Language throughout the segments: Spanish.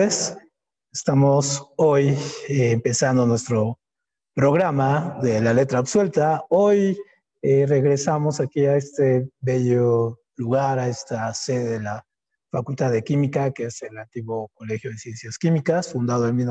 tardes. Estamos hoy empezando nuestro programa de La Letra Absuelta. Hoy regresamos aquí a este bello lugar, a esta sede de la Facultad de Química, que es el antiguo Colegio de Ciencias Químicas, fundado en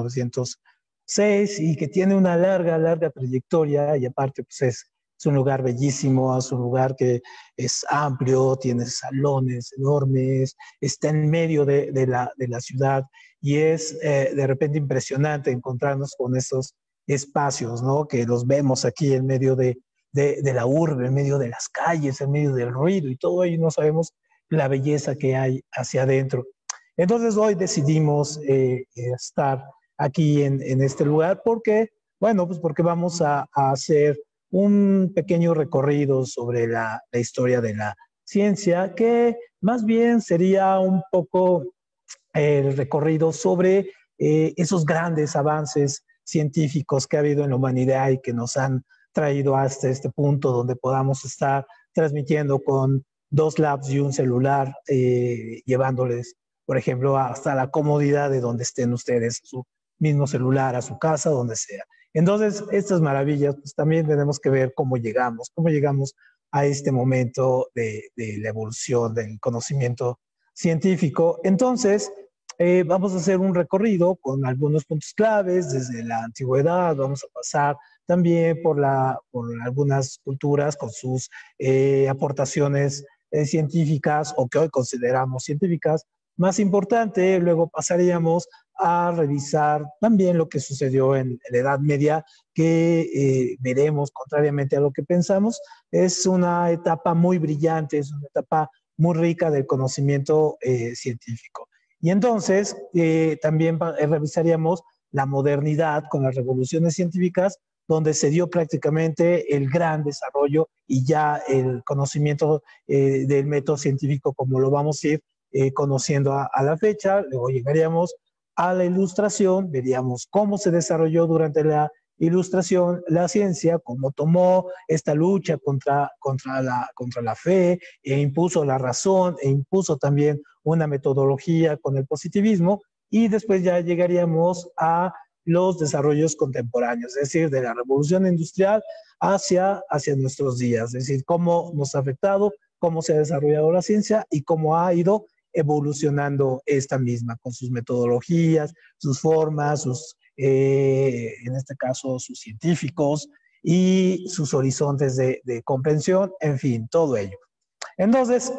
1906 y que tiene una larga trayectoria, y aparte pues es un lugar bellísimo, es un lugar que es amplio, tiene salones enormes, está en medio de la ciudad, y es de repente impresionante encontrarnos con estos espacios, ¿no? Que los vemos aquí en medio de la urbe, en medio de las calles, en medio del ruido y todo ello, no sabemos la belleza que hay hacia adentro. Entonces hoy decidimos estar aquí en este lugar porque, bueno, pues porque vamos a hacer un pequeño recorrido sobre la historia de la ciencia, que más bien sería un poco el recorrido sobre esos grandes avances científicos que ha habido en la humanidad y que nos han traído hasta este punto donde podamos estar transmitiendo con 2 labs y un celular, llevándoles, por ejemplo, hasta la comodidad de donde estén ustedes, su mismo celular, a su casa, donde sea. Entonces, estas maravillas, pues también tenemos que ver cómo llegamos a este momento de la evolución del conocimiento científico. Entonces, vamos a hacer un recorrido con algunos puntos claves desde la antigüedad, vamos a pasar también por algunas culturas con sus aportaciones científicas o que hoy consideramos científicas más importante. Luego pasaríamos a revisar también lo que sucedió en la Edad Media, que veremos, contrariamente a lo que pensamos, es una etapa muy brillante, es una etapa muy rica del conocimiento científico. Y entonces también revisaríamos la modernidad con las revoluciones científicas, donde se dio prácticamente el gran desarrollo y ya el conocimiento del método científico como lo vamos a ir conociendo a la fecha. Luego llegaríamos a la Ilustración, veríamos cómo se desarrolló durante la Ilustración la ciencia, cómo tomó esta lucha contra la fe e impuso la razón e impuso también una metodología con el positivismo, y después ya llegaríamos a los desarrollos contemporáneos, es decir, de la revolución industrial hacia nuestros días, es decir, cómo nos ha afectado, cómo se ha desarrollado la ciencia y cómo ha ido evolucionando esta misma con sus metodologías, sus formas, en este caso sus científicos y sus horizontes de comprensión, en fin, todo ello. Entonces,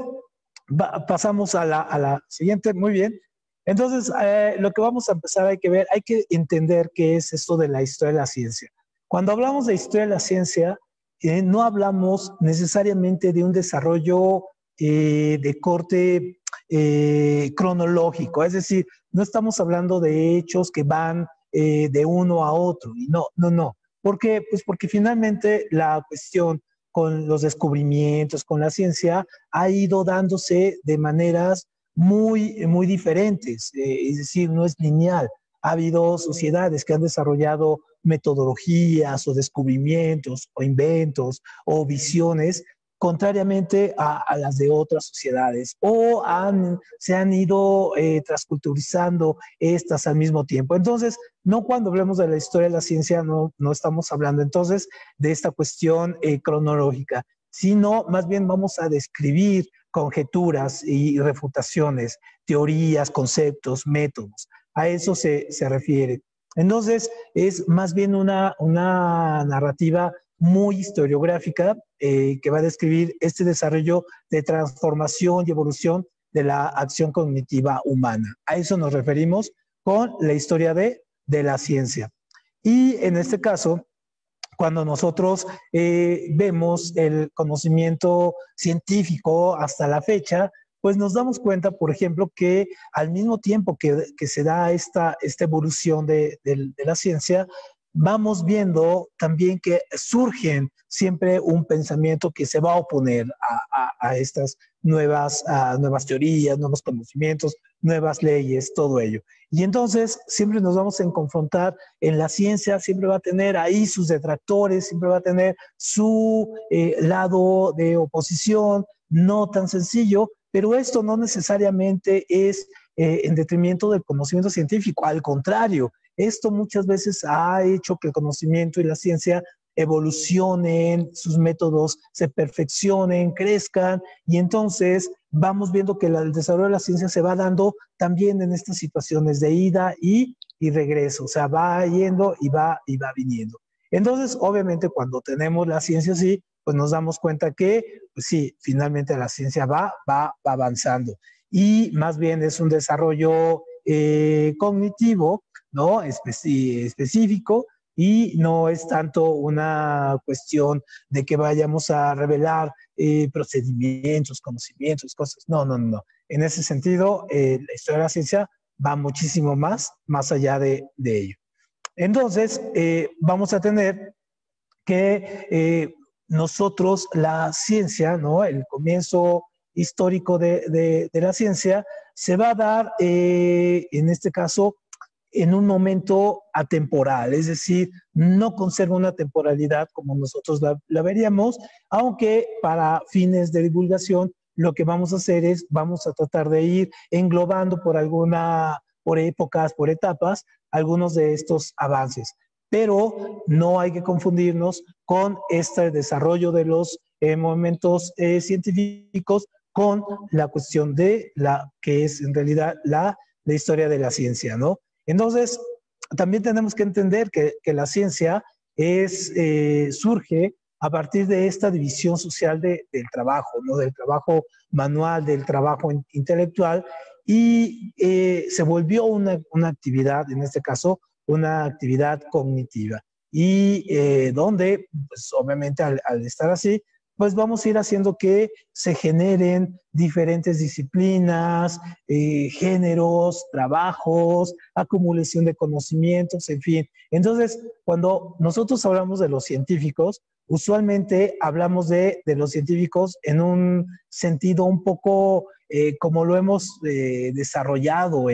pasamos a la siguiente, muy bien. Entonces, lo que vamos a empezar hay que entender qué es esto de la historia de la ciencia. Cuando hablamos de historia de la ciencia, no hablamos necesariamente de un desarrollo de corte cronológico, es decir, no estamos hablando de hechos que van de uno a otro, y no. ¿Por qué? Pues porque finalmente la cuestión con los descubrimientos, con la ciencia, ha ido dándose de maneras muy diferentes, es decir, no es lineal. Ha habido sociedades que han desarrollado metodologías o descubrimientos o inventos o visiones contrariamente a las de otras sociedades, o se han ido transculturizando estas al mismo tiempo. Entonces, no, cuando hablemos de la historia de la ciencia, no estamos hablando entonces de esta cuestión cronológica, sino más bien vamos a describir conjeturas y refutaciones, teorías, conceptos, métodos. A eso se refiere. Entonces, es más bien una narrativa muy historiográfica que va a describir este desarrollo de transformación y evolución de la acción cognitiva humana. A eso nos referimos con la historia de la ciencia. Y en este caso, cuando nosotros vemos el conocimiento científico hasta la fecha, pues nos damos cuenta, por ejemplo, que al mismo tiempo que se da esta evolución de la ciencia, vamos viendo también que surgen siempre un pensamiento que se va a oponer a estas nuevas teorías, nuevos conocimientos, nuevas leyes, todo ello. Y entonces siempre nos vamos a confrontar en la ciencia, siempre va a tener ahí sus detractores, siempre va a tener su lado de oposición, no tan sencillo, pero esto no necesariamente es en detrimento del conocimiento científico. Al contrario, esto muchas veces ha hecho que el conocimiento y la ciencia evolucionen, sus métodos se perfeccionen, crezcan, y entonces vamos viendo que el desarrollo de la ciencia se va dando también en estas situaciones de ida y regreso, o sea, va yendo y va viniendo. Entonces, obviamente, cuando tenemos la ciencia así, pues nos damos cuenta que, pues sí, finalmente la ciencia va avanzando. Y más bien es un desarrollo cognitivo, ¿no? Específico, y no es tanto una cuestión de que vayamos a revelar procedimientos, conocimientos, cosas. No, no, no. En ese sentido, la historia de la ciencia va muchísimo más allá de ello. Entonces, vamos a tener que nosotros, la ciencia, ¿no? El comienzo histórico de la ciencia se va a dar, en este caso, en un momento atemporal, es decir, no conserva una temporalidad como nosotros la veríamos, aunque para fines de divulgación lo que vamos a hacer es, vamos a tratar de ir englobando por épocas, por etapas, algunos de estos avances. Pero no hay que confundirnos con este desarrollo de los movimientos científicos con la cuestión de la que es en realidad la historia de la ciencia, ¿no? Entonces, también tenemos que entender que la ciencia surge a partir de esta división social del trabajo, ¿no? Del trabajo manual, del trabajo intelectual, y se volvió una actividad, en este caso, una actividad cognitiva. Y donde, pues obviamente al estar así, pues vamos a ir haciendo que se generen diferentes disciplinas, géneros, trabajos, acumulación de conocimientos, en fin. Entonces, cuando nosotros hablamos de los científicos, usualmente hablamos de los científicos en un sentido un poco como lo hemos desarrollado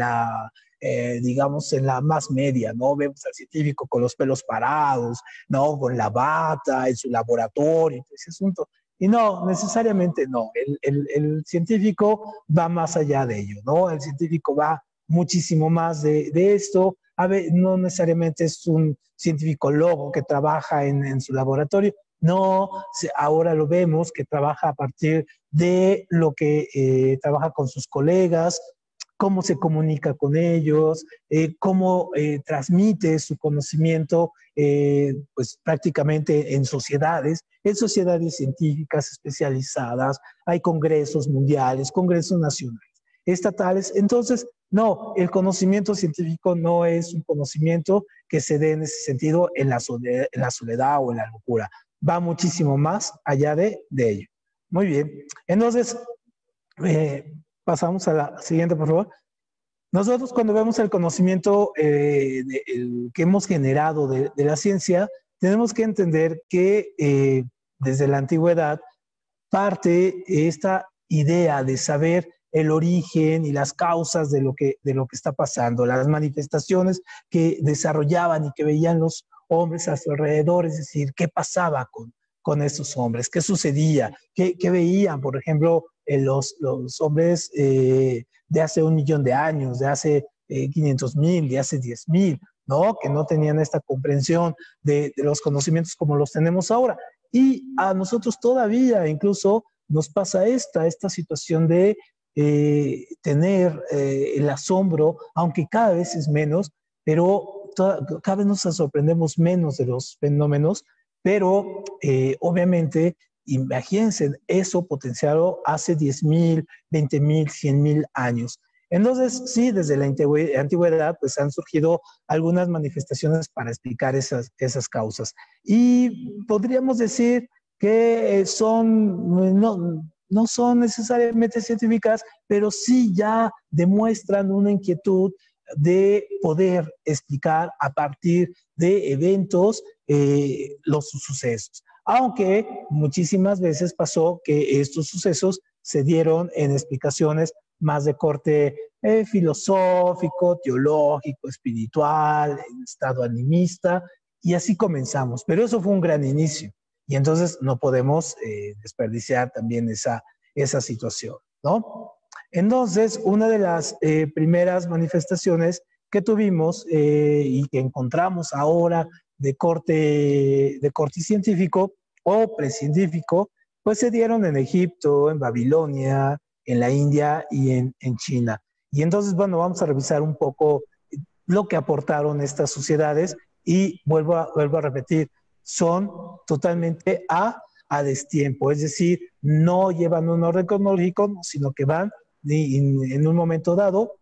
digamos, en la más media, ¿no? Vemos al científico con los pelos parados, ¿no? Con la bata, en su laboratorio, ese asunto. Y no, necesariamente no. El científico va más allá de ello, ¿no? El científico va muchísimo más de esto. A ver, no necesariamente es un científico loco que trabaja en su laboratorio. No, ahora lo vemos que trabaja a partir de lo que trabaja con sus colegas, cómo se comunica con ellos, cómo transmite su conocimiento, pues prácticamente en sociedades científicas especializadas, hay congresos mundiales, congresos nacionales, estatales. Entonces, no, el conocimiento científico no es un conocimiento que se dé en ese sentido en la soledad o en la locura. Va muchísimo más allá de ello. Muy bien. Entonces, pasamos a la siguiente, por favor. Nosotros cuando vemos el conocimiento que hemos generado de la ciencia, tenemos que entender que desde la antigüedad parte esta idea de saber el origen y las causas de lo que está pasando, las manifestaciones que desarrollaban y que veían los hombres a su alrededor, es decir, qué pasaba con estos hombres, qué sucedía, qué veían, por ejemplo, los hombres de hace 1.000.000 de años, de hace 500.000, de hace 10.000, ¿no? Que no tenían esta comprensión de los conocimientos como los tenemos ahora. Y a nosotros todavía incluso nos pasa esta situación de tener el asombro, aunque cada vez es menos, pero cada vez nos sorprendemos menos de los fenómenos, pero obviamente, imagínense eso potenciado hace 10.000, 20.000, 100.000 años. Entonces, sí, desde la antigüedad pues han surgido algunas manifestaciones para explicar esas causas. Y podríamos decir que no son necesariamente científicas, pero sí ya demuestran una inquietud de poder explicar a partir de eventos los sucesos. Aunque muchísimas veces pasó que estos sucesos se dieron en explicaciones más de corte filosófico, teológico, espiritual, en estado animista, y así comenzamos. Pero eso fue un gran inicio, y entonces no podemos desperdiciar también esa situación, ¿no? Entonces, una de las primeras manifestaciones que tuvimos y que encontramos ahora de corte científico o precientífico, pues se dieron en Egipto, en Babilonia, en la India y en China. Y entonces, bueno, vamos a revisar un poco lo que aportaron estas sociedades y vuelvo a repetir, son totalmente a destiempo, es decir, no llevan un orden cronológico, sino que van en un momento dado,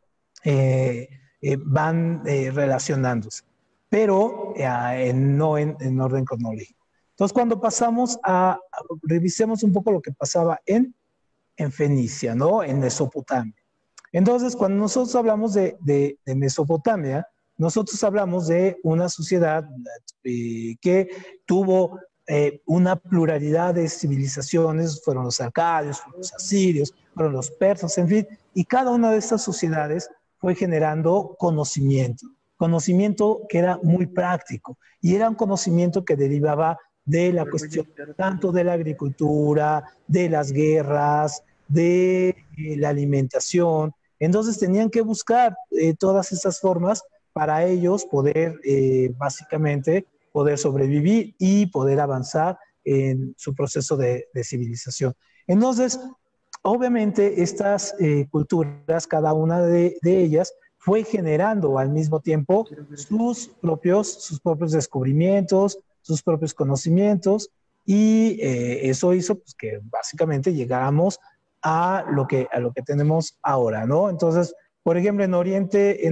van relacionándose, pero no en orden cronológico. Entonces, cuando pasamos revisemos un poco lo que pasaba en Fenicia, ¿no? En Mesopotamia. Entonces, cuando nosotros hablamos de Mesopotamia, nosotros hablamos de una sociedad que tuvo una pluralidad de civilizaciones, fueron los arcadios, fueron los asirios, fueron los persas, en fin, y cada una de estas sociedades fue generando conocimiento que era muy práctico, y era un conocimiento que derivaba de la cuestión tanto de la agricultura, de las guerras, de la alimentación. Entonces tenían que buscar todas estas formas para ellos poder básicamente poder sobrevivir y poder avanzar en su proceso de civilización. Entonces, obviamente estas culturas, cada una de ellas, fue generando al mismo tiempo sus propios descubrimientos, sus propios conocimientos, y eso hizo pues, que básicamente llegáramos a lo que tenemos ahora, ¿no? Entonces, por ejemplo, en Oriente,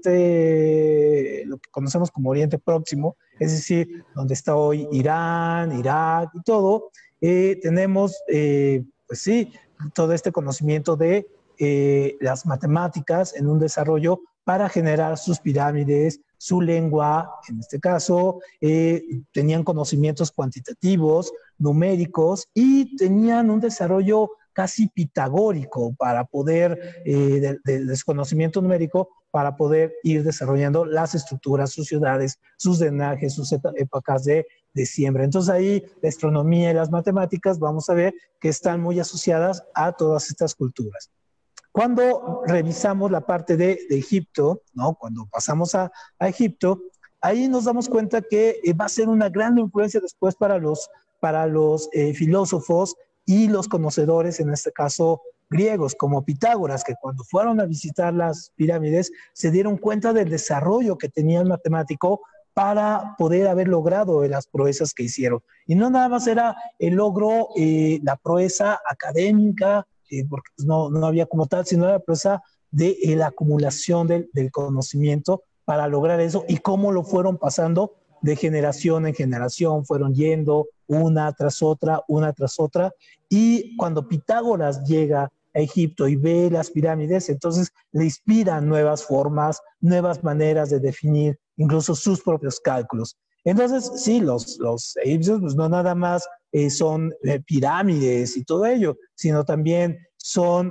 lo que conocemos como Oriente Próximo, es decir, donde está hoy Irán, Irak y todo, tenemos, pues sí, todo este conocimiento de las matemáticas en un desarrollo para generar sus pirámides, su lengua, en este caso, tenían conocimientos cuantitativos, numéricos, y tenían un desarrollo casi pitagórico para poder, de desconocimiento numérico, para poder ir desarrollando las estructuras, sus ciudades, sus drenajes, sus épocas de siembra. Entonces ahí la astronomía y las matemáticas vamos a ver que están muy asociadas a todas estas culturas. Cuando revisamos la parte de Egipto, ¿no? Cuando pasamos a Egipto, ahí nos damos cuenta que va a ser una gran influencia después para los filósofos y los conocedores, en este caso griegos, como Pitágoras, que cuando fueron a visitar las pirámides se dieron cuenta del desarrollo que tenía el matemático para poder haber logrado las proezas que hicieron. Y no nada más era el logro, la proeza académica, porque pues no había como tal, sino la proeza de la acumulación del conocimiento para lograr eso, y cómo lo fueron pasando de generación en generación, fueron yendo una tras otra, y cuando Pitágoras llega a Egipto y ve las pirámides, entonces le inspiran nuevas formas, nuevas maneras de definir incluso sus propios cálculos. Entonces, sí, los egipcios pues no nada más son pirámides y todo ello, sino también son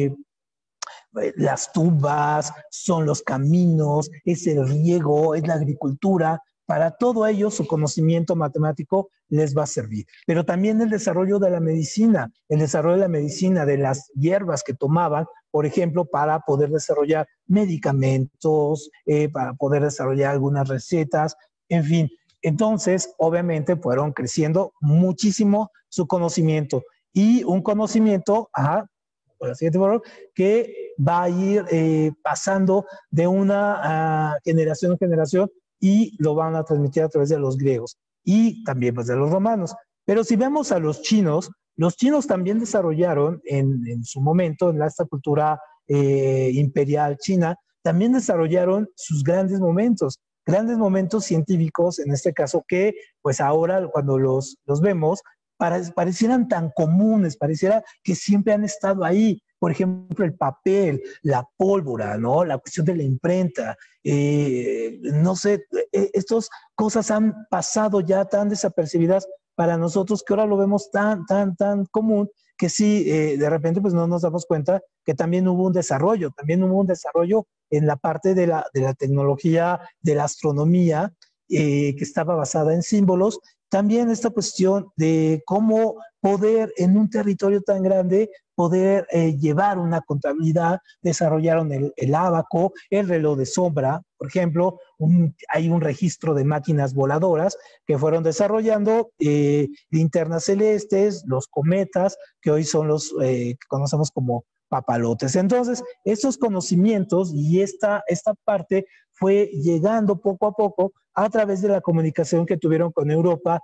las tumbas, son los caminos, es el riego, es la agricultura. Para todo ello, su conocimiento matemático les va a servir. Pero también el desarrollo de la medicina, de las hierbas que tomaban, por ejemplo, para poder desarrollar medicamentos, para poder desarrollar algunas recetas, en fin. Entonces, obviamente, fueron creciendo muchísimo su conocimiento, y un conocimiento, por la siguiente favor, que va a ir pasando de una generación en generación, y lo van a transmitir a través de los griegos y también pues, de los romanos. Pero si vemos a los chinos también desarrollaron en su momento, en esta cultura imperial china, también desarrollaron sus grandes momentos científicos, en este caso, que pues ahora cuando los vemos, parecieran tan comunes, pareciera que siempre han estado ahí. Por ejemplo, el papel, la pólvora, ¿no? La cuestión de la imprenta, no sé, estas cosas han pasado ya tan desapercibidas para nosotros que ahora lo vemos tan común, que sí, de repente pues no nos damos cuenta que también hubo un desarrollo en la parte de la tecnología, de la astronomía, que estaba basada en símbolos, también esta cuestión de cómo poder en un territorio tan grande poder llevar una contabilidad. Desarrollaron el ábaco, el reloj de sombra, por ejemplo, hay un registro de máquinas voladoras que fueron desarrollando linternas celestes, los cometas, que hoy son los que conocemos como papalotes. Entonces, estos conocimientos y esta parte fue llegando poco a poco a través de la comunicación que tuvieron con Europa,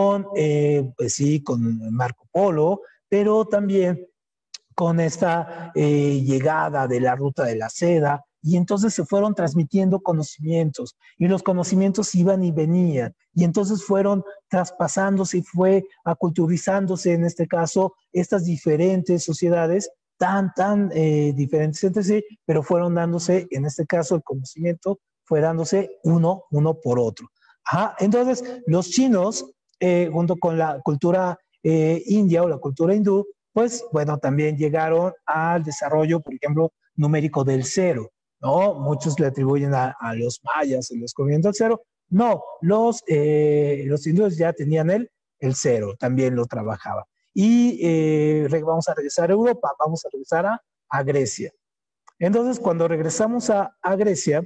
pues sí, con Marco Polo, pero también con esta llegada de la ruta de la seda, y entonces se fueron transmitiendo conocimientos, y los conocimientos iban y venían, y entonces fueron traspasándose y fue aculturizándose, en este caso, estas diferentes sociedades tan diferentes entre sí, pero fueron dándose, en este caso, el conocimiento fue dándose uno por otro. Ajá. Entonces, los chinos, junto con la cultura india o la cultura hindú, pues bueno, también llegaron al desarrollo, por ejemplo, numérico del cero, ¿no? Muchos le atribuyen a los mayas el descubrimiento del cero. No, los hindúes ya tenían el cero, también lo trabajaban. Y vamos a regresar a Europa, vamos a regresar a Grecia. Entonces, cuando regresamos a Grecia,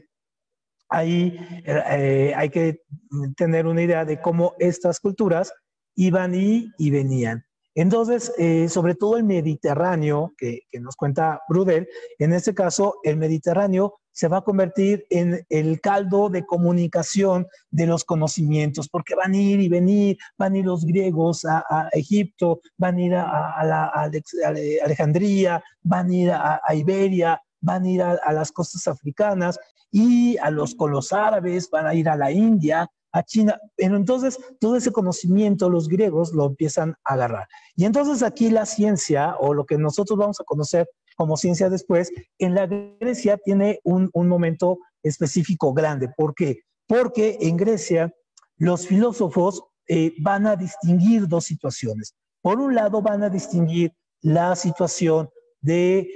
ahí hay que tener una idea de cómo estas culturas iban y venían. Entonces, sobre todo el Mediterráneo, que nos cuenta Brudel, en este caso, el Mediterráneo se va a convertir en el caldo de comunicación de los conocimientos, porque van a ir y venir, van a ir los griegos a Egipto, van a ir a Alejandría, van a ir a Iberia, van a ir a las costas africanas, y con los árabes van a ir a la India, a China, pero entonces todo ese conocimiento los griegos lo empiezan a agarrar. Y entonces aquí la ciencia, o lo que nosotros vamos a conocer como ciencia después, en la Grecia tiene un momento específico grande. ¿Por qué? Porque en Grecia los filósofos van a distinguir dos situaciones. Por un lado van a distinguir la situación de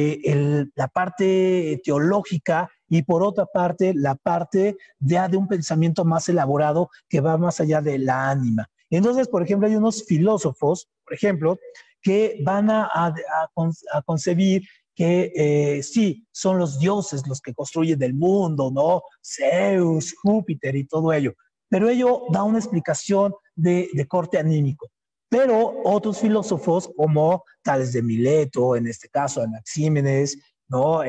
la parte teológica, y por otra parte, la parte ya de un pensamiento más elaborado que va más allá de la ánima. Entonces, por ejemplo, hay unos filósofos, por ejemplo, que van a concebir que sí, son los dioses los que construyen el mundo, ¿no? Zeus, Júpiter y todo ello. Pero ello da una explicación de corte anímico. Pero otros filósofos, como Tales de Mileto, en este caso Anaxímenes, ¿no?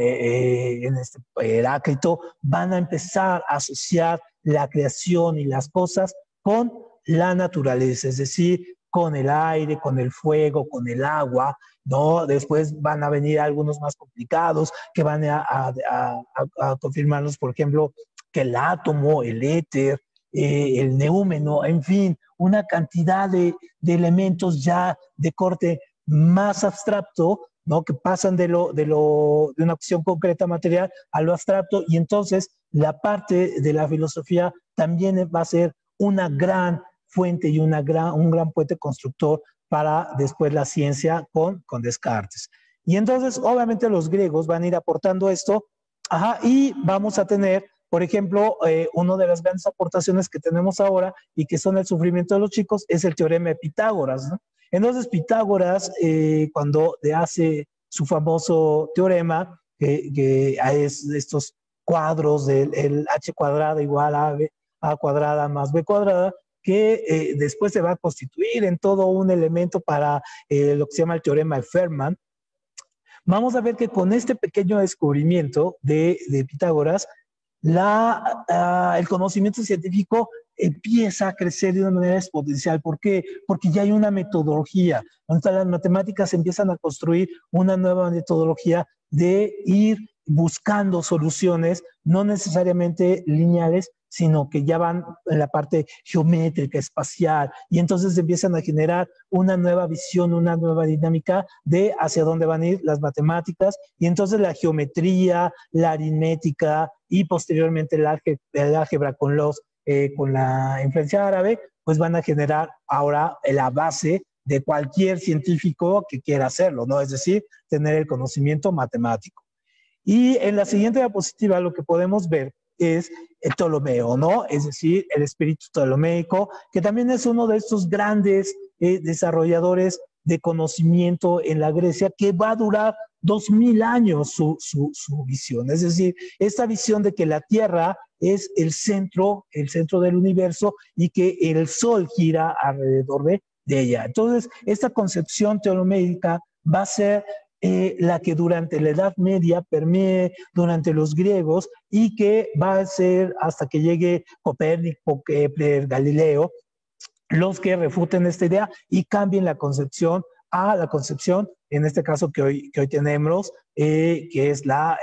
Heráclito, van a empezar a asociar la creación y las cosas con la naturaleza, es decir, con el aire, con el fuego, con el agua, ¿no? Después van a venir algunos más complicados que van a confirmarnos, por ejemplo, que el átomo, el éter, el neúmeno, en fin, una cantidad de elementos ya de corte más abstracto, ¿no? Que pasan de una opción concreta material a lo abstracto, y entonces la parte de la filosofía también va a ser una gran fuente y un gran puente constructor para después la ciencia con Descartes. Y entonces, obviamente, los griegos van a ir aportando esto, y vamos a tener, por ejemplo, una de las grandes aportaciones que tenemos ahora y que son el sufrimiento de los chicos, es el teorema de Pitágoras, ¿no? Entonces, Pitágoras, cuando hace su famoso teorema, que es estos cuadros del h cuadrada igual a cuadrada más b cuadrada, que después se va a constituir en todo un elemento para lo que se llama el teorema de Fermat. Vamos a ver que con este pequeño descubrimiento de Pitágoras, el conocimiento científico empieza a crecer de una manera exponencial. ¿Por qué? Porque ya hay una metodología. Entonces, las matemáticas empiezan a construir una nueva metodología de ir buscando soluciones, no necesariamente lineales, sino que ya van en la parte geométrica, espacial, y entonces empiezan a generar una nueva visión, una nueva dinámica de hacia dónde van a ir las matemáticas, y entonces la geometría, la aritmética y posteriormente el álgebra con la influencia árabe, pues van a generar ahora la base de cualquier científico que quiera hacerlo, ¿no? Es decir, tener el conocimiento matemático. Y en la siguiente diapositiva lo que podemos ver es Ptolomeo, ¿no? Es decir, el espíritu ptolomeico, que también es uno de estos grandes desarrolladores de conocimiento en la Grecia, que va a durar 2000 años su visión. Es decir, esta visión de que la Tierra es el centro del universo y que el Sol gira alrededor de ella. Entonces, esta concepción ptolomeica va a ser la que durante la Edad Media permee durante los griegos y que va a ser hasta que llegue Copérnico, Kepler, Galileo, los que refuten esta idea y cambien la concepción a la concepción, en este caso que hoy tenemos, que es la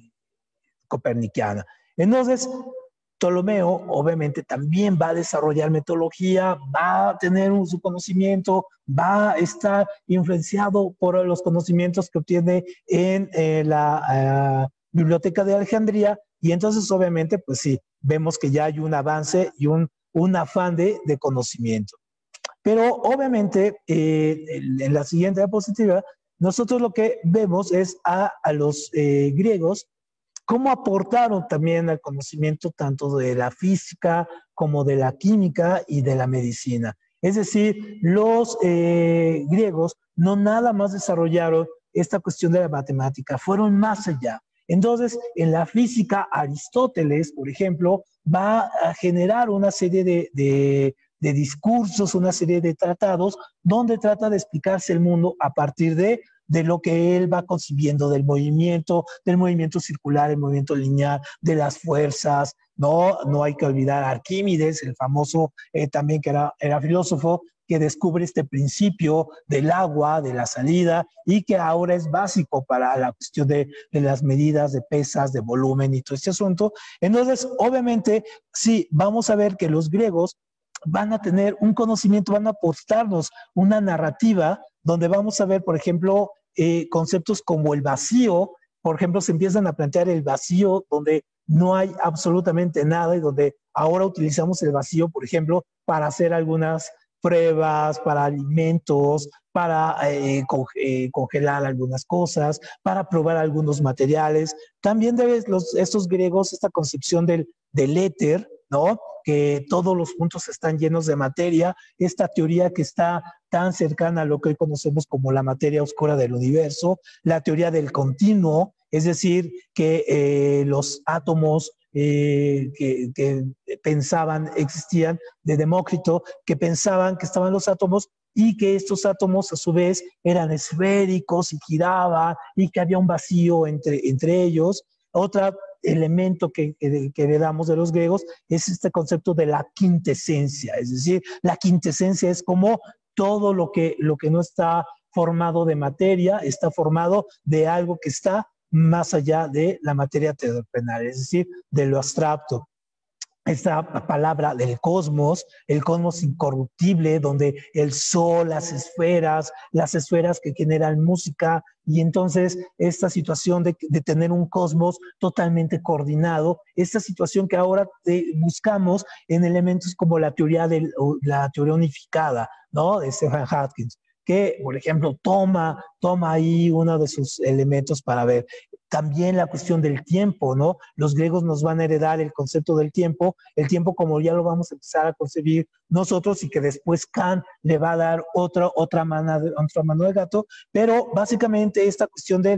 copernicana. Entonces, Ptolomeo obviamente también va a desarrollar metodología, va a tener su conocimiento, va a estar influenciado por los conocimientos que obtiene en la Biblioteca de Alejandría, y entonces obviamente pues sí, vemos que ya hay un avance y un afán de conocimiento. Pero obviamente en la siguiente diapositiva nosotros lo que vemos es a los griegos cómo aportaron también al conocimiento tanto de la física como de la química y de la medicina. Es decir, los griegos no nada más desarrollaron esta cuestión de la matemática, fueron más allá. Entonces, en la física, Aristóteles, por ejemplo, va a generar una serie de discursos, una serie de tratados, donde trata de explicarse el mundo a partir de lo que él va concibiendo del movimiento circular, el movimiento lineal, de las fuerzas. No hay que olvidar a Arquímedes, el famoso también que era filósofo, que descubre este principio del agua, de la salida, y que ahora es básico para la cuestión de las medidas de pesas, de volumen y todo este asunto. Entonces, obviamente, sí, vamos a ver que los griegos van a tener un conocimiento, van a aportarnos una narrativa donde vamos a ver, por ejemplo, conceptos como el vacío. Por ejemplo, se empiezan a plantear el vacío donde no hay absolutamente nada y donde ahora utilizamos el vacío, por ejemplo, para hacer algunas pruebas, para alimentos, para congelar algunas cosas, para probar algunos materiales. También de estos griegos, esta concepción del éter, ¿no? Que todos los puntos están llenos de materia, esta teoría que está tan cercana a lo que hoy conocemos como la materia oscura del universo, la teoría del continuo, es decir, que los átomos que pensaban existían, de Demócrito, que pensaban que estaban los átomos y que estos átomos a su vez eran esféricos y giraban y que había un vacío entre ellos. Otro elemento que heredamos de los griegos es este concepto de la quintesencia, es decir, la quintesencia es como todo lo que no está formado de materia, está formado de algo que está más allá de la materia terrenal, es decir, de lo abstracto. Esta palabra del cosmos, el cosmos incorruptible, donde el sol, las esferas que generan música, y entonces esta situación de tener un cosmos totalmente coordinado, esta situación que ahora buscamos en elementos como la teoría unificada, ¿no? De Stephen Hawking, que, por ejemplo, toma ahí uno de sus elementos para ver. También la cuestión del tiempo, ¿no? Los griegos nos van a heredar el concepto del tiempo, el tiempo como ya lo vamos a empezar a concebir nosotros y que después Kant le va a dar otra mano de gato, pero básicamente esta cuestión del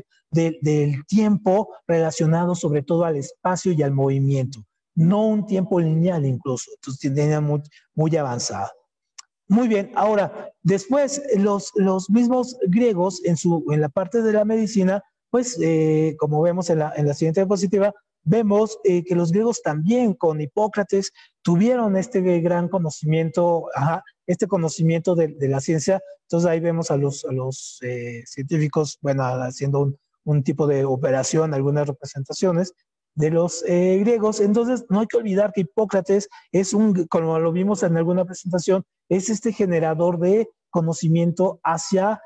tiempo relacionado sobre todo al espacio y al movimiento, no un tiempo lineal incluso, entonces tenía muy avanzada. Muy bien, ahora, después los mismos griegos en la parte de la medicina, pues como vemos en la siguiente diapositiva, vemos que los griegos también con Hipócrates tuvieron este gran conocimiento, este conocimiento de la ciencia. Entonces ahí vemos a los científicos, bueno, haciendo un tipo de operación, algunas representaciones de los griegos. Entonces no hay que olvidar que Hipócrates es como lo vimos en alguna presentación, es este generador de conocimiento hacia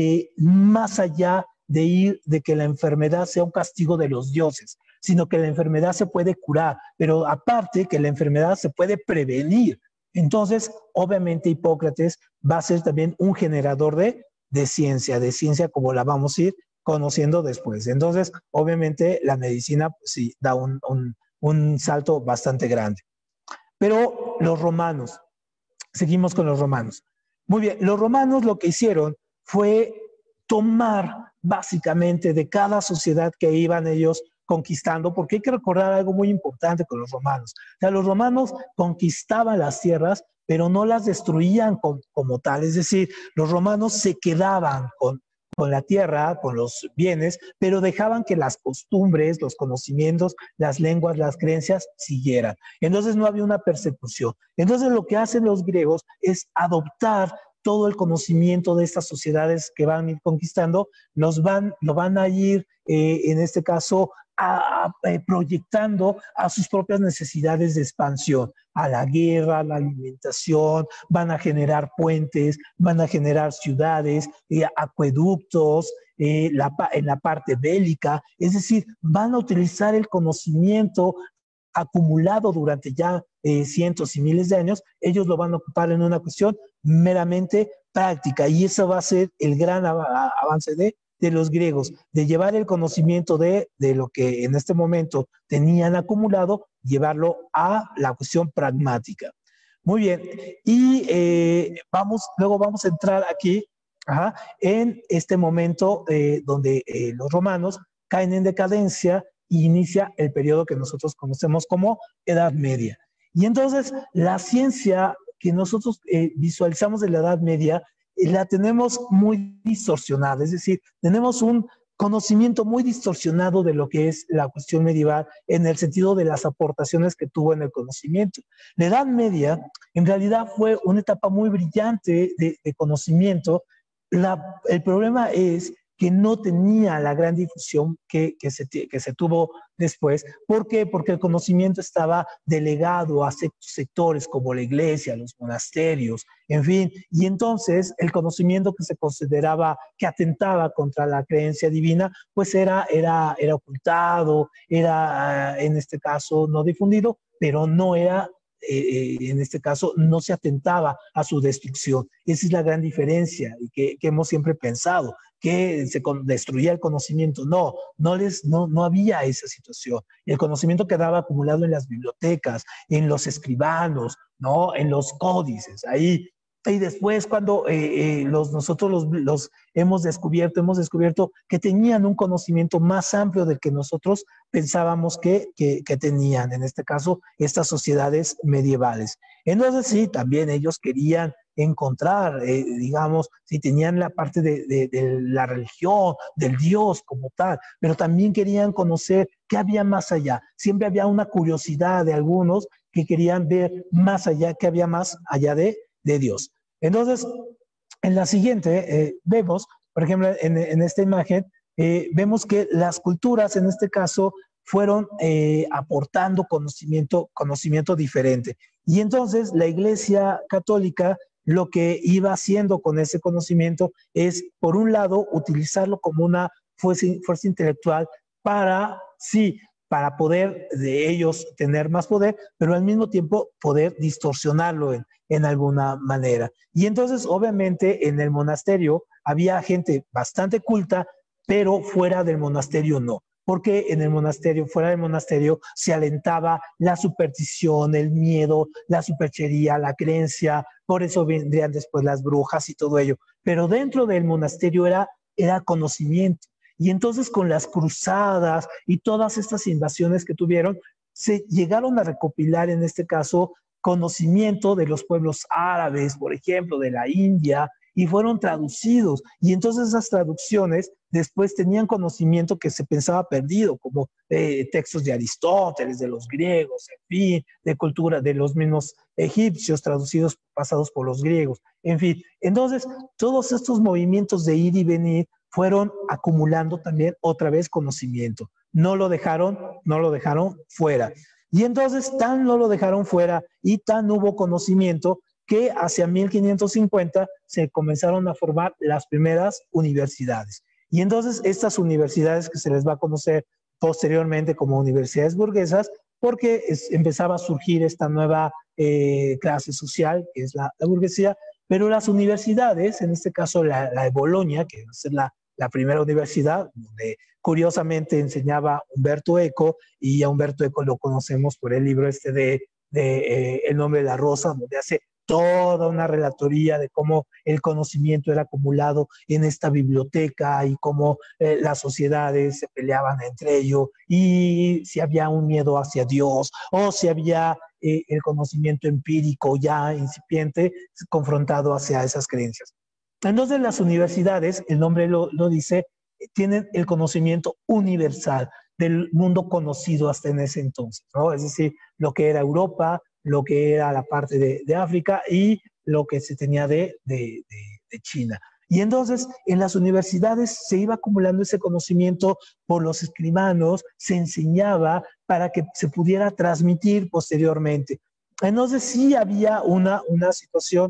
más allá de que la enfermedad sea un castigo de los dioses, sino que la enfermedad se puede curar, pero aparte que la enfermedad se puede prevenir. Entonces, obviamente Hipócrates va a ser también un generador de ciencia como la vamos a ir conociendo después. Entonces, obviamente la medicina pues, sí da un un salto bastante grande. Pero los romanos, seguimos con los romanos. Muy bien, los romanos lo que hicieron fue tomar básicamente de cada sociedad que iban ellos conquistando, porque hay que recordar algo muy importante con los romanos. O sea, los romanos conquistaban las tierras, pero no las destruían como tal. Es decir, los romanos se quedaban con la tierra, con los bienes, pero dejaban que las costumbres, los conocimientos, las lenguas, las creencias siguieran. Entonces no había una persecución. Entonces lo que hacen los griegos es adoptar todo el conocimiento de estas sociedades que van a ir conquistando, lo van a ir, en este caso, proyectando a sus propias necesidades de expansión, a la guerra, a la alimentación, van a generar puentes, van a generar ciudades, acueductos, en la parte bélica, es decir, van a utilizar el conocimiento acumulado durante ya cientos y miles de años, ellos lo van a ocupar en una cuestión meramente práctica, y eso va a ser el gran avance de los griegos, de llevar el conocimiento de lo que en este momento tenían acumulado, llevarlo a la cuestión pragmática. Muy bien, y luego vamos a entrar aquí en este momento donde los romanos caen en decadencia y inicia el periodo que nosotros conocemos como Edad Media. Y entonces la ciencia que nosotros visualizamos de la Edad Media la tenemos muy distorsionada, es decir, tenemos un conocimiento muy distorsionado de lo que es la cuestión medieval en el sentido de las aportaciones que tuvo en el conocimiento. La Edad Media en realidad fue una etapa muy brillante de conocimiento. El problema es que no tenía la gran difusión que se tuvo después. ¿Por qué? Porque el conocimiento estaba delegado a sectores como la iglesia, los monasterios, en fin. Y entonces el conocimiento que se consideraba que atentaba contra la creencia divina, pues era ocultado, era en este caso no difundido, pero no era en este caso no se atentaba a su destrucción. Esa es la gran diferencia y que hemos siempre pensado, que se destruía el conocimiento. No había esa situación. El conocimiento quedaba acumulado en las bibliotecas, en los escribanos, ¿no? En los códices, ahí. Y después cuando nosotros los hemos descubierto que tenían un conocimiento más amplio del que nosotros pensábamos que tenían, en este caso, estas sociedades medievales. Entonces sí, también ellos querían encontrar, digamos, si tenían la parte de la religión, del Dios como tal, pero también querían conocer qué había más allá. Siempre había una curiosidad de algunos que querían ver más allá, qué había más allá de Dios. Entonces, en la siguiente, vemos, por ejemplo, en esta imagen, vemos que las culturas, en este caso, fueron aportando conocimiento diferente. Y entonces la Iglesia Católica lo que iba haciendo con ese conocimiento es, por un lado, utilizarlo como una fuerza intelectual para poder de ellos tener más poder, pero al mismo tiempo poder distorsionarlo en alguna manera. Y entonces, obviamente, en el monasterio había gente bastante culta, pero fuera del monasterio no. Porque en el monasterio, fuera del monasterio, se alentaba la superstición, el miedo, la superchería, la creencia, por eso vendrían después las brujas y todo ello. Pero dentro del monasterio era conocimiento. Y entonces con las cruzadas y todas estas invasiones que tuvieron, se llegaron a recopilar en este caso conocimiento de los pueblos árabes, por ejemplo, de la India, y fueron traducidos. Y entonces esas traducciones después tenían conocimiento que se pensaba perdido, como textos de Aristóteles, de los griegos, en fin, de cultura de los mismos egipcios traducidos, pasados por los griegos, en fin. Entonces, todos estos movimientos de ir y venir fueron acumulando también otra vez conocimiento. No lo dejaron fuera. Y entonces tan no lo dejaron fuera y tan hubo conocimiento que hacia 1550 se comenzaron a formar las primeras universidades. Y entonces estas universidades que se les va a conocer posteriormente como universidades burguesas, porque empezaba a surgir esta nueva clase social, que es la burguesía, pero las universidades, en este caso la de Bolonia, que es la la primera universidad, donde curiosamente enseñaba Humberto Eco, y a Humberto Eco lo conocemos por el libro este de El nombre de la rosa, donde hace toda una relatoría de cómo el conocimiento era acumulado en esta biblioteca y cómo las sociedades se peleaban entre ellos y si había un miedo hacia Dios o si había el conocimiento empírico ya incipiente confrontado hacia esas creencias. Entonces las universidades, el nombre lo dice, tienen el conocimiento universal del mundo conocido hasta en ese entonces, ¿no? Es decir, lo que era Europa, lo que era la parte de África y lo que se tenía de China. Y entonces en las universidades se iba acumulando ese conocimiento por los escribanos, se enseñaba para que se pudiera transmitir posteriormente. Entonces sí había una situación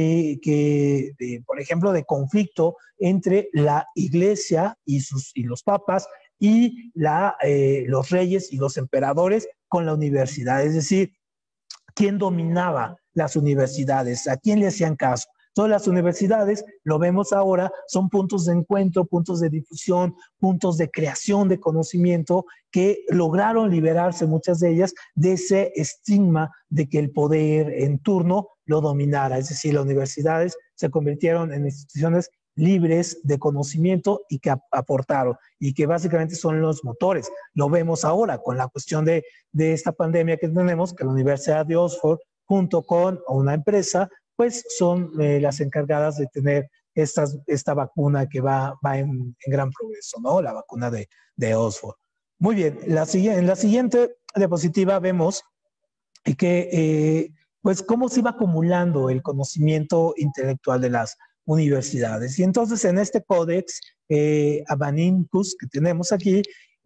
por ejemplo, de conflicto entre la iglesia y los papas y los reyes y los emperadores con la universidad. Es decir, ¿quién dominaba las universidades? ¿A quién le hacían caso? Todas las universidades, lo vemos ahora, son puntos de encuentro, puntos de difusión, puntos de creación de conocimiento que lograron liberarse, muchas de ellas, de ese estigma de que el poder en turno lo dominara. Es decir, las universidades se convirtieron en instituciones libres de conocimiento y que aportaron y que básicamente son los motores. Lo vemos ahora con la cuestión de esta pandemia que tenemos, que la Universidad de Oxford, junto con una empresa, pues son las encargadas de tener esta vacuna que va en gran progreso, ¿no? La vacuna de Oxford. Muy bien, en la siguiente diapositiva vemos que, pues, cómo se iba acumulando el conocimiento intelectual de las universidades. Y entonces en este códex Abanicus que tenemos aquí,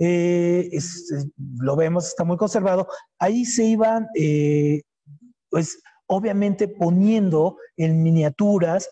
lo vemos, está muy conservado, ahí se iban, pues, obviamente poniendo en miniaturas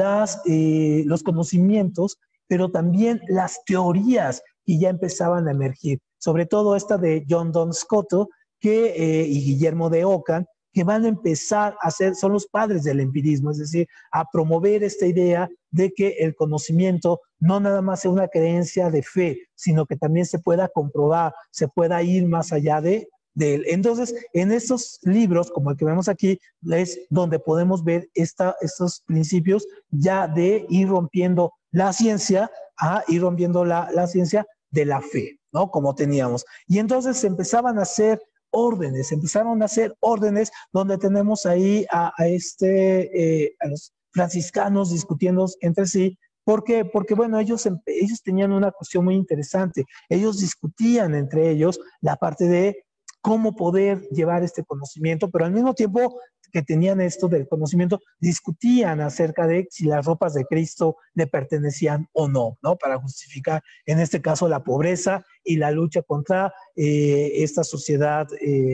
los conocimientos, pero también las teorías que ya empezaban a emergir, sobre todo esta de John Duns Scoto y Guillermo de Ockham, que van a empezar a son los padres del empirismo, es decir, a promover esta idea de que el conocimiento no nada más es una creencia de fe, sino que también se pueda comprobar, se pueda ir más allá de él. Entonces, en estos libros, como el que vemos aquí, es donde podemos ver estos principios ya de ir rompiendo la ciencia, ir rompiendo la ciencia de la fe, ¿no? Como teníamos. Y entonces se empezaron a hacer órdenes donde tenemos ahí a los franciscanos discutiendo entre sí. ¿Por qué? Porque, bueno, ellos tenían una cuestión muy interesante. Ellos discutían entre ellos la parte de cómo poder llevar este conocimiento, pero al mismo tiempo que tenían esto del conocimiento, discutían acerca de si las ropas de Cristo le pertenecían o no, ¿no? Para justificar, en este caso, la pobreza y la lucha contra esta sociedad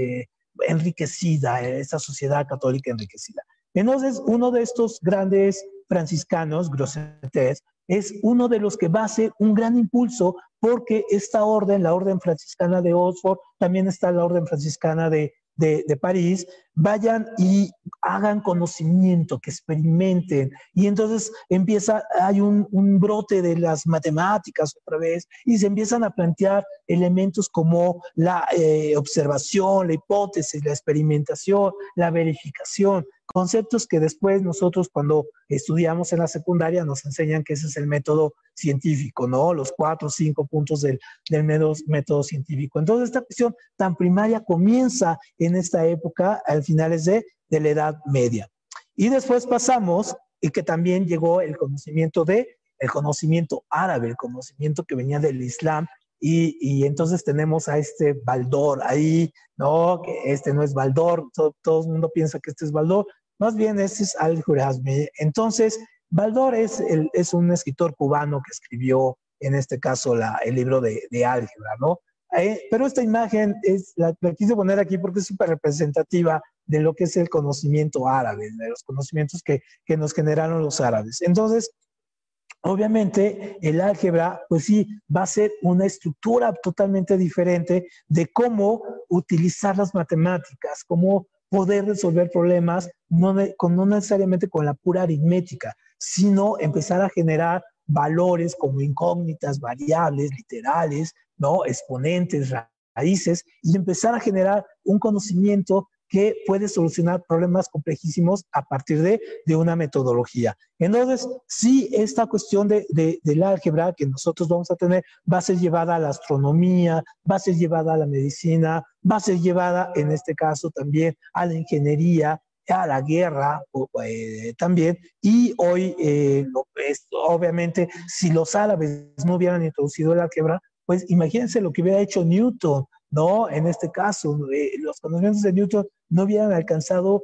enriquecida, esta sociedad católica enriquecida. Entonces, uno de estos grandes franciscanos, Grosseteste, es uno de los que va a hacer un gran impulso porque esta orden, la orden franciscana de Oxford, también está la orden franciscana de París, vayan y hagan conocimiento, que experimenten. Y entonces hay un brote de las matemáticas otra vez y se empiezan a plantear elementos como la observación, la hipótesis, la experimentación, la verificación. Conceptos que después nosotros cuando estudiamos en la secundaria nos enseñan que ese es el método científico, ¿no? Los 4 o 5 puntos del método científico. Entonces esta cuestión tan primaria comienza en esta época, al finales de la Edad Media. Y después pasamos, y que también llegó el conocimiento árabe, el conocimiento que venía del Islam, y entonces tenemos a este Baldor ahí, no, que este no es Baldor, todo el mundo piensa que este es Baldor, más bien este es Al-Khwarizmi. Entonces, Baldor es un escritor cubano que escribió, en este caso, el libro de álgebra, ¿no? Pero esta imagen la quise poner aquí porque es súper representativa de lo que es el conocimiento árabe, de los conocimientos que nos generaron los árabes. Entonces, obviamente, el álgebra, pues sí, va a ser una estructura totalmente diferente de cómo utilizar las matemáticas, cómo poder resolver problemas, no necesariamente con la pura aritmética, sino empezar a generar valores como incógnitas, variables, literales, ¿no? Exponentes, raíces, y empezar a generar un conocimiento que puede solucionar problemas complejísimos a partir de una metodología. Entonces, sí, esta cuestión del álgebra que nosotros vamos a tener va a ser llevada a la astronomía, va a ser llevada a la medicina, va a ser llevada, en este caso, también a la ingeniería, a la guerra también. Y hoy, obviamente, si los árabes no hubieran introducido el álgebra, pues imagínense lo que hubiera hecho Newton, ¿no? En este caso, los conocimientos de Newton no hubieran alcanzado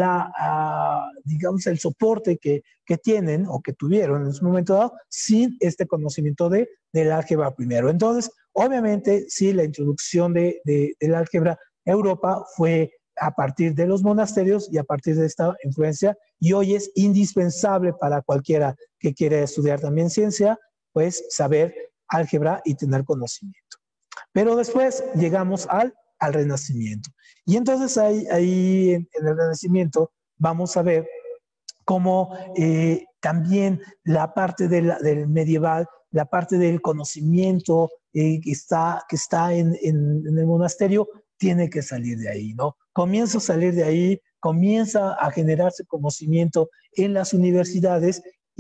digamos, el soporte que tienen o que tuvieron en su momento dado sin este conocimiento del álgebra primero. Entonces, obviamente, sí, la introducción del álgebra a Europa fue a partir de los monasterios y a partir de esta influencia, y hoy es indispensable para cualquiera que quiera estudiar también ciencia, pues saber álgebra y tener conocimiento. Pero después llegamos al Renacimiento. Y entonces ahí en el Renacimiento vamos a ver cómo también la parte del medieval, la parte del conocimiento que está en el monasterio, tiene que salir de ahí, ¿no? Comienza a salir de ahí, comienza a generarse conocimiento en las universidades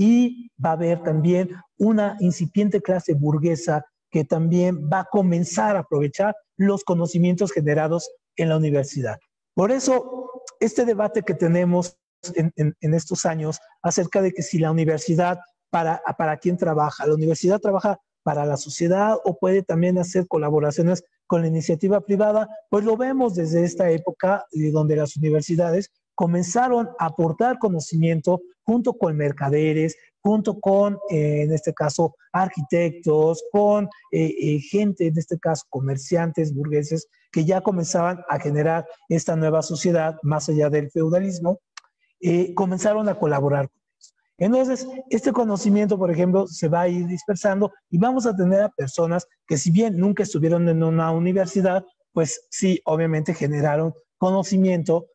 y va a haber también una incipiente clase burguesa que también va a comenzar a aprovechar los conocimientos generados en la universidad. Por eso, este debate que tenemos en estos años acerca de que si la universidad, para quién trabaja, la universidad trabaja para la sociedad o puede también hacer colaboraciones con la iniciativa privada, pues lo vemos desde esta época donde las universidades comenzaron a aportar conocimiento junto con mercaderes, junto con, en este caso, arquitectos, con gente, en este caso, comerciantes, burgueses, que ya comenzaban a generar esta nueva sociedad más allá del feudalismo, comenzaron a colaborar con ellos. Entonces, este conocimiento, por ejemplo, se va a ir dispersando y vamos a tener a personas que si bien nunca estuvieron en una universidad, pues sí, obviamente generaron conocimiento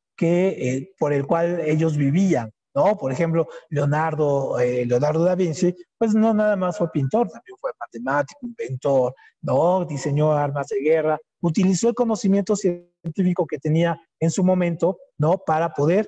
por el cual ellos vivían, ¿no? Por ejemplo, Leonardo da Vinci, pues no nada más fue pintor, también fue matemático, inventor, ¿no? Diseñó armas de guerra, utilizó el conocimiento científico que tenía en su momento, ¿no? Para poder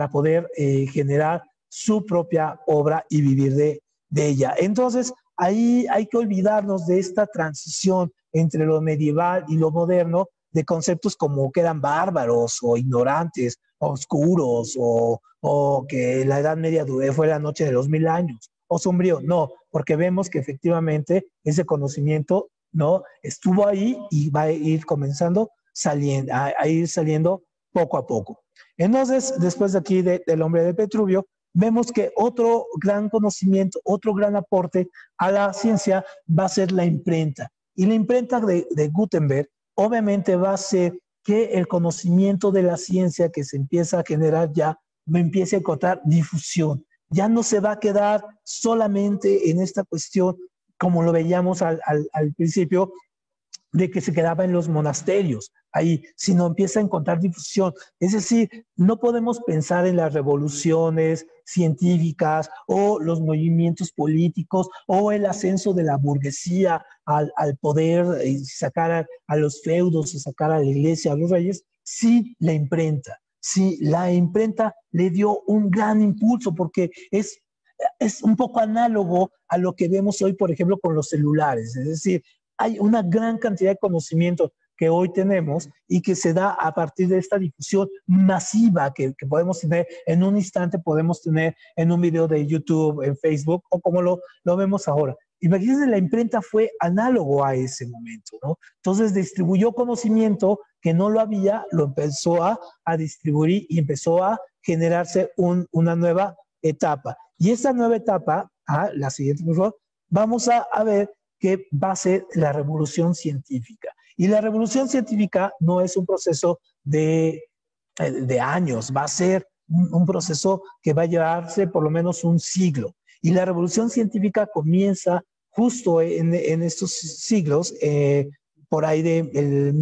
generar su propia obra y vivir de ella. Entonces, ahí hay que olvidarnos de esta transición entre lo medieval y lo moderno, de conceptos como que eran bárbaros o ignorantes, oscuros, o que la Edad Media fue la noche de los 1000 años, o sombrío. No, porque vemos que efectivamente ese conocimiento, ¿no?, estuvo ahí y va a ir comenzando a ir saliendo poco a poco. Entonces, después de aquí del hombre de Petruvio, vemos que otro gran conocimiento, otro gran aporte a la ciencia va a ser la imprenta. Y la imprenta de Gutenberg obviamente va a ser que el conocimiento de la ciencia que se empieza a generar ya empiece a encontrar difusión. Ya no se va a quedar solamente en esta cuestión, como lo veíamos al principio, de que se quedaba en los monasterios, ahí, sino empieza a encontrar difusión. Es decir, no podemos pensar en las revoluciones científicas o los movimientos políticos o el ascenso de la burguesía al poder y sacar a los feudos o sacar a la iglesia, a los reyes, sin la imprenta. Sí, la imprenta le dio un gran impulso porque es un poco análogo a lo que vemos hoy, por ejemplo, con los celulares. Es decir, hay una gran cantidad de conocimiento que hoy tenemos y que se da a partir de esta difusión masiva que podemos tener en un instante, podemos tener en un video de YouTube, en Facebook, o como lo vemos ahora. Imagínense, la imprenta fue análogo a ese momento, ¿no? Entonces distribuyó conocimiento que no lo había, lo empezó a distribuir y empezó a generarse una nueva etapa. Y esta nueva etapa, la siguiente, por favor, vamos a ver que va a ser la revolución científica. Y la revolución científica no es un proceso de años, va a ser un proceso que va a llevarse por lo menos un siglo. Y la revolución científica comienza justo en estos siglos, por ahí del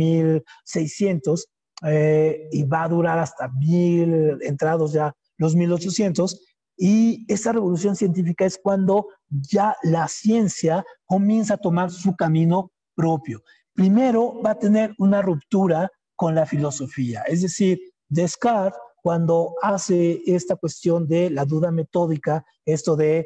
1600, y va a durar hasta entrados ya los 1800, Y esta revolución científica es cuando ya la ciencia comienza a tomar su camino propio. Primero va a tener una ruptura con la filosofía, es decir, Descartes, cuando hace esta cuestión de la duda metódica, esto de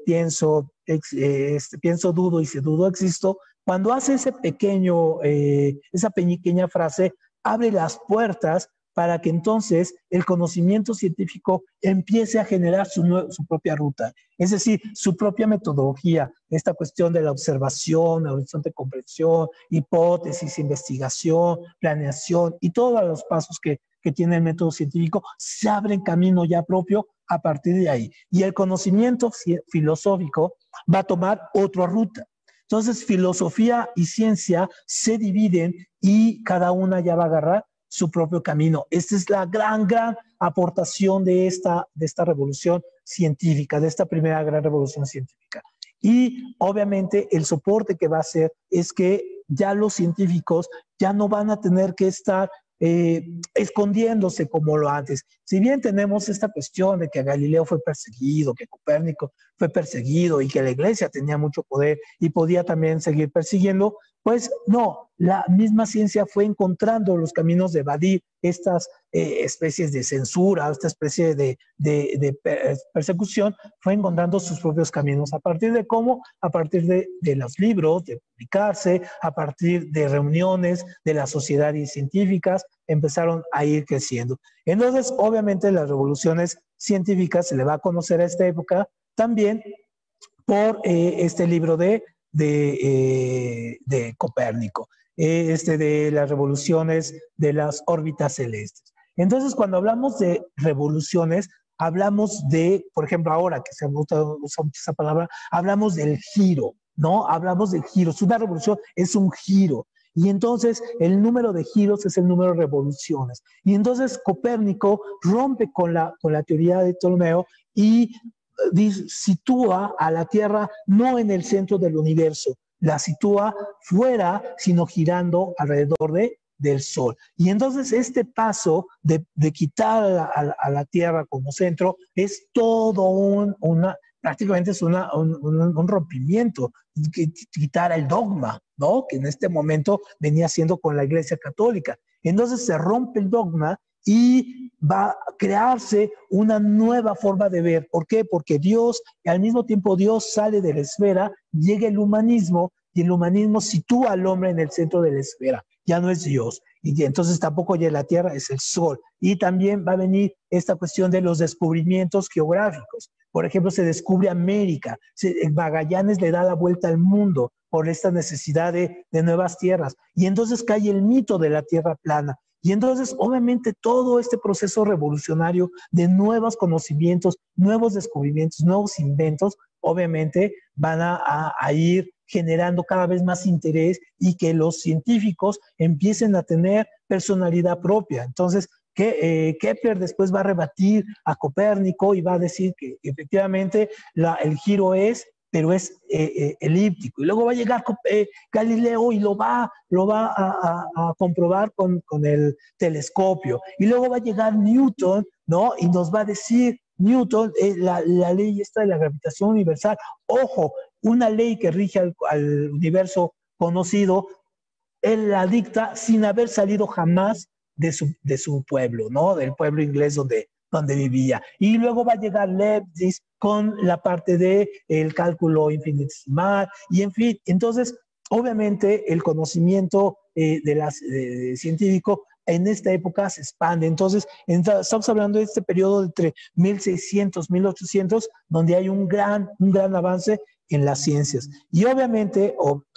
pienso, dudo, y si dudo existo, cuando hace esa pequeña frase, abre las puertas para que entonces el conocimiento científico empiece a generar su propia ruta, es decir, su propia metodología, esta cuestión de la observación, el horizonte de comprensión, hipótesis, investigación, planeación y todos los pasos que tiene el método científico, se abren camino ya propio a partir de ahí. Y el conocimiento filosófico va a tomar otra ruta. Entonces, filosofía y ciencia se dividen y cada una ya va a agarrar su propio camino. Esta es la gran aportación de esta revolución científica, de esta primera gran revolución científica. Y obviamente el soporte que va a hacer es que ya los científicos ya no van a tener que estar escondiéndose como lo antes. Si bien tenemos esta cuestión de que Galileo fue perseguido, que Copérnico fue perseguido y que la iglesia tenía mucho poder y podía también seguir persiguiendo, pues no, la misma ciencia fue encontrando los caminos de evadir estas especies de censura, esta especie de persecución, fue encontrando sus propios caminos. ¿A partir de cómo? A partir de los libros, de publicarse, a partir de reuniones de las sociedades científicas, empezaron a ir creciendo. Entonces, obviamente, las revoluciones científicas se le va a conocer a esta época también por este libro de Copérnico, de las revoluciones de las órbitas celestes. Entonces, cuando hablamos de revoluciones, hablamos de, por ejemplo, ahora que se usa mucho esa palabra, hablamos del giro, ¿no? Hablamos del giro. Una revolución es un giro. Y entonces el número de giros es el número de revoluciones. Y entonces Copérnico rompe con la teoría de Ptolomeo y sitúa a la Tierra no en el centro del universo, la sitúa fuera, sino girando alrededor del Sol. Y entonces este paso de quitar a la Tierra como centro es todo prácticamente es un rompimiento, quitar el dogma, ¿no? Que en este momento venía siendo con la Iglesia Católica. Entonces se rompe el dogma y va a crearse una nueva forma de ver. ¿Por qué? Porque Dios, y al mismo tiempo Dios sale de la esfera, llega el humanismo, y el humanismo sitúa al hombre en el centro de la esfera. Ya no es Dios. Y entonces tampoco ya la Tierra, es el Sol. Y también va a venir esta cuestión de los descubrimientos geográficos. Por ejemplo, se descubre América. Magallanes le da la vuelta al mundo por esta necesidad de nuevas tierras. Y entonces cae el mito de la Tierra plana. Y entonces, obviamente, todo este proceso revolucionario de nuevos conocimientos, nuevos descubrimientos, nuevos inventos, obviamente van a ir generando cada vez más interés y que los científicos empiecen a tener personalidad propia. Entonces, Kepler después va a rebatir a Copérnico y va a decir que efectivamente el giro pero es elíptico. Y luego va a llegar Galileo y lo va a comprobar con el telescopio. Y luego va a llegar Newton, ¿no? Y nos va a decir, Newton, la ley esta de la gravitación universal, ojo, una ley que rige al universo conocido, él la dicta sin haber salido jamás de su pueblo, ¿no? Del pueblo inglés donde vivía. Y luego va a llegar Leibniz con la parte del cálculo infinitesimal, y en fin, entonces, obviamente, el conocimiento científico en esta época se expande. Entonces, estamos hablando de este periodo entre 1600, 1800, donde hay un gran avance en las ciencias. Y obviamente,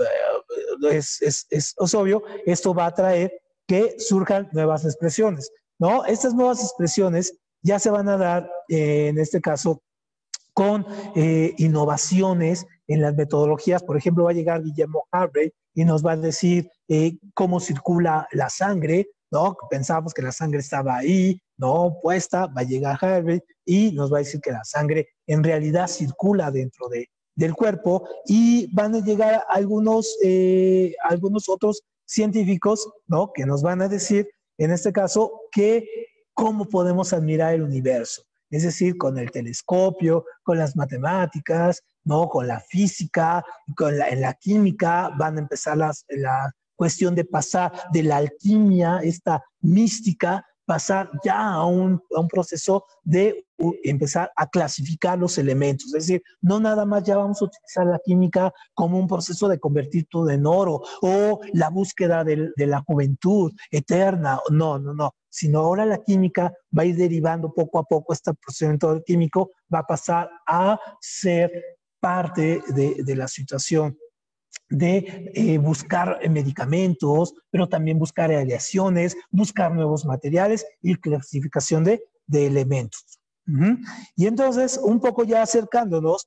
es obvio, esto va a traer que surjan nuevas expresiones, ¿no? Estas nuevas expresiones ya se van a dar, en este caso, con innovaciones en las metodologías. Por ejemplo, va a llegar Guillermo Harvey y nos va a decir cómo circula la sangre, ¿no? Pensábamos que la sangre estaba ahí, no puesta. Va a llegar Harvey y nos va a decir que la sangre en realidad circula dentro del cuerpo, y van a llegar algunos otros científicos, ¿no? Que nos van a decir, en este caso, que cómo podemos admirar el universo. es decir, con el telescopio, con las matemáticas, ¿no? Con la física, en la química van a empezar la cuestión de pasar de la alquimia, esta mística, pasar ya a un proceso de empezar a clasificar los elementos. Es decir, no nada más ya vamos a utilizar la química como un proceso de convertir todo en oro o la búsqueda de la juventud eterna. No, no, no. Sino ahora la química va a ir derivando poco a poco, este procedimiento químico va a pasar a ser parte de la situación de buscar medicamentos, pero también buscar aleaciones, buscar nuevos materiales y clasificación de elementos. Y entonces, un poco ya acercándonos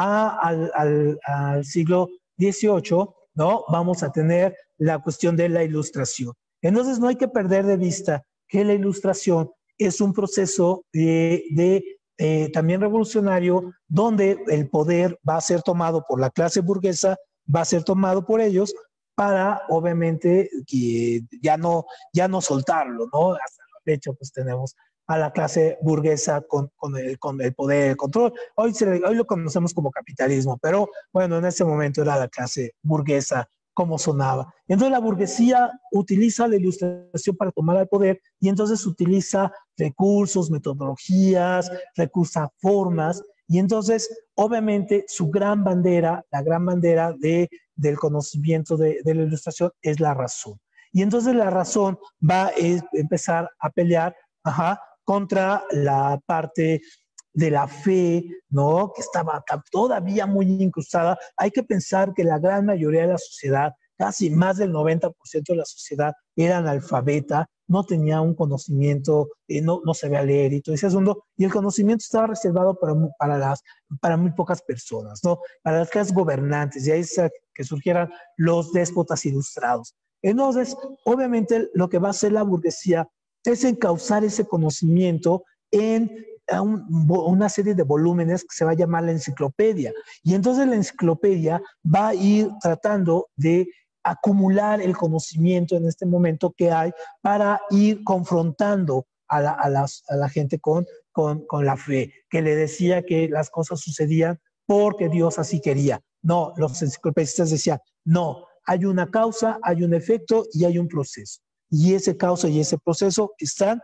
al siglo XVIII, ¿no? Vamos a tener la cuestión de la ilustración. Entonces, no hay que perder de vista que la ilustración es un proceso también revolucionario, donde el poder va a ser tomado por la clase burguesa, va a ser tomado por ellos para, obviamente, que ya no soltarlo, ¿no? Hasta la fecha, pues tenemos a la clase burguesa con el poder, el control. Hoy lo conocemos como capitalismo, pero bueno, en ese momento era la clase burguesa como sonaba. Entonces la burguesía utiliza la ilustración para tomar el poder y entonces utiliza recursos, metodologías, recursa formas. Y entonces, obviamente, su gran bandera, la gran bandera del conocimiento de la ilustración es la razón. Y entonces la razón va a empezar a pelear contra la parte de la fe, ¿no? Que estaba todavía muy incrustada. Hay que pensar que la gran mayoría de la sociedad, casi más del 90% de la sociedad, era analfabeta, no tenía un conocimiento, no sabía leer y todo ese asunto, y el conocimiento estaba reservado para muy pocas personas, ¿no? Para las clases gobernantes, y ahí es que surgieran los déspotas ilustrados. Entonces, obviamente, lo que va a hacer la burguesía es encauzar ese conocimiento en una serie de volúmenes que se va a llamar la enciclopedia. Y entonces la enciclopedia va a ir tratando de acumular el conocimiento en este momento que hay para ir confrontando a la gente con la fe, que le decía que las cosas sucedían porque Dios así quería. No, los enciclopedistas decían, no, hay una causa, hay un efecto y hay un proceso. Y ese causa y ese proceso están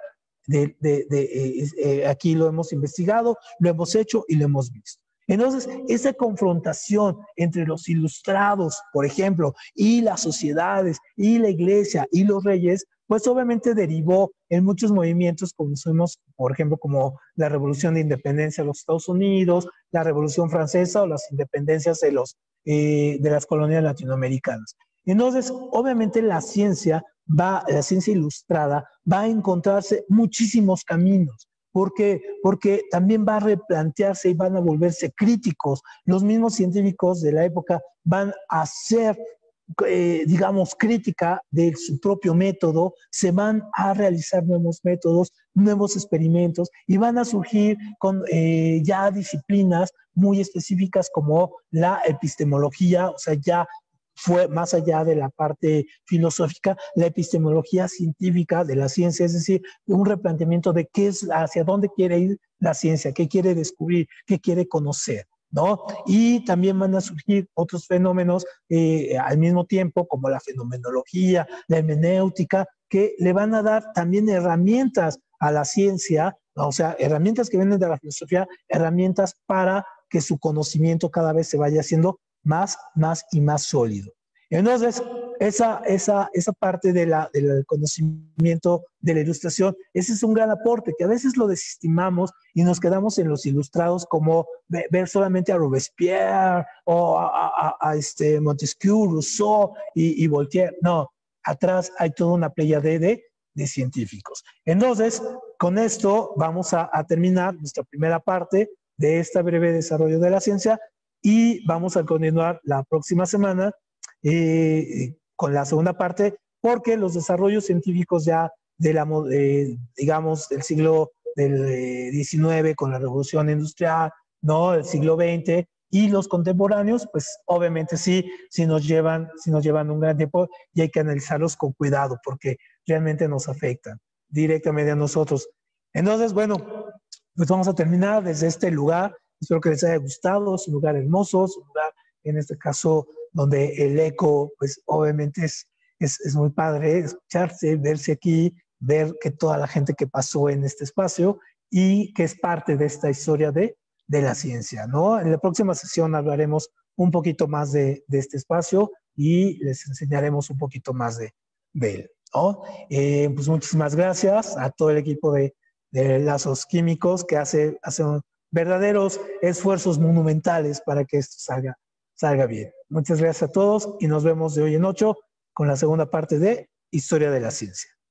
aquí lo hemos investigado, lo hemos hecho y lo hemos visto. Entonces, esa confrontación entre los ilustrados, por ejemplo, y las sociedades, y la iglesia, y los reyes, pues obviamente derivó en muchos movimientos, como somos, por ejemplo, como la Revolución de Independencia de los Estados Unidos, la Revolución Francesa o las independencias de las colonias latinoamericanas. Entonces, obviamente la ciencia ilustrada va a encontrarse muchísimos caminos. ¿Por qué? Porque también va a replantearse y van a volverse críticos. Los mismos científicos de la época van a hacer, digamos, crítica de su propio método, se van a realizar nuevos métodos, nuevos experimentos y van a surgir con ya disciplinas muy específicas como la epistemología, o sea, ya fue más allá de la parte filosófica, la epistemología científica de la ciencia, es decir, un replanteamiento de hacia dónde quiere ir la ciencia, qué quiere descubrir, qué quiere conocer, ¿no? Y también van a surgir otros fenómenos al mismo tiempo, como la fenomenología, la hermenéutica, que le van a dar también herramientas a la ciencia, o sea, herramientas que vienen de la filosofía, herramientas para que su conocimiento cada vez se vaya haciendo más y más sólido. Entonces, esa parte del conocimiento de la ilustración, ese es un gran aporte que a veces lo desestimamos y nos quedamos en los ilustrados como ver solamente a Robespierre o a Montesquieu, Rousseau y Voltaire. No, atrás hay toda una playa de científicos. Entonces, con esto vamos a terminar nuestra primera parte de este breve desarrollo de la ciencia y vamos a continuar la próxima semana con la segunda parte, porque los desarrollos científicos ya digamos, del siglo del XIX con la revolución industrial, ¿no? El siglo XX y los contemporáneos, pues obviamente sí nos llevan un gran tiempo y hay que analizarlos con cuidado porque realmente nos afectan directamente a nosotros. Entonces, bueno, pues vamos a terminar desde este lugar. Espero que les haya gustado. Es un lugar hermoso, es un lugar, en este caso, donde el eco, pues obviamente es muy padre escucharse, verse aquí, ver que toda la gente que pasó en este espacio y que es parte de esta historia de la ciencia, ¿no? En la próxima sesión hablaremos un poquito más de este espacio y les enseñaremos un poquito más de él, ¿no? Pues muchísimas gracias a todo el equipo de Lazos Químicos que hace verdaderos esfuerzos monumentales para que esto salga bien. Muchas gracias a todos y nos vemos de hoy en 8 con la segunda parte de Historia de la Ciencia.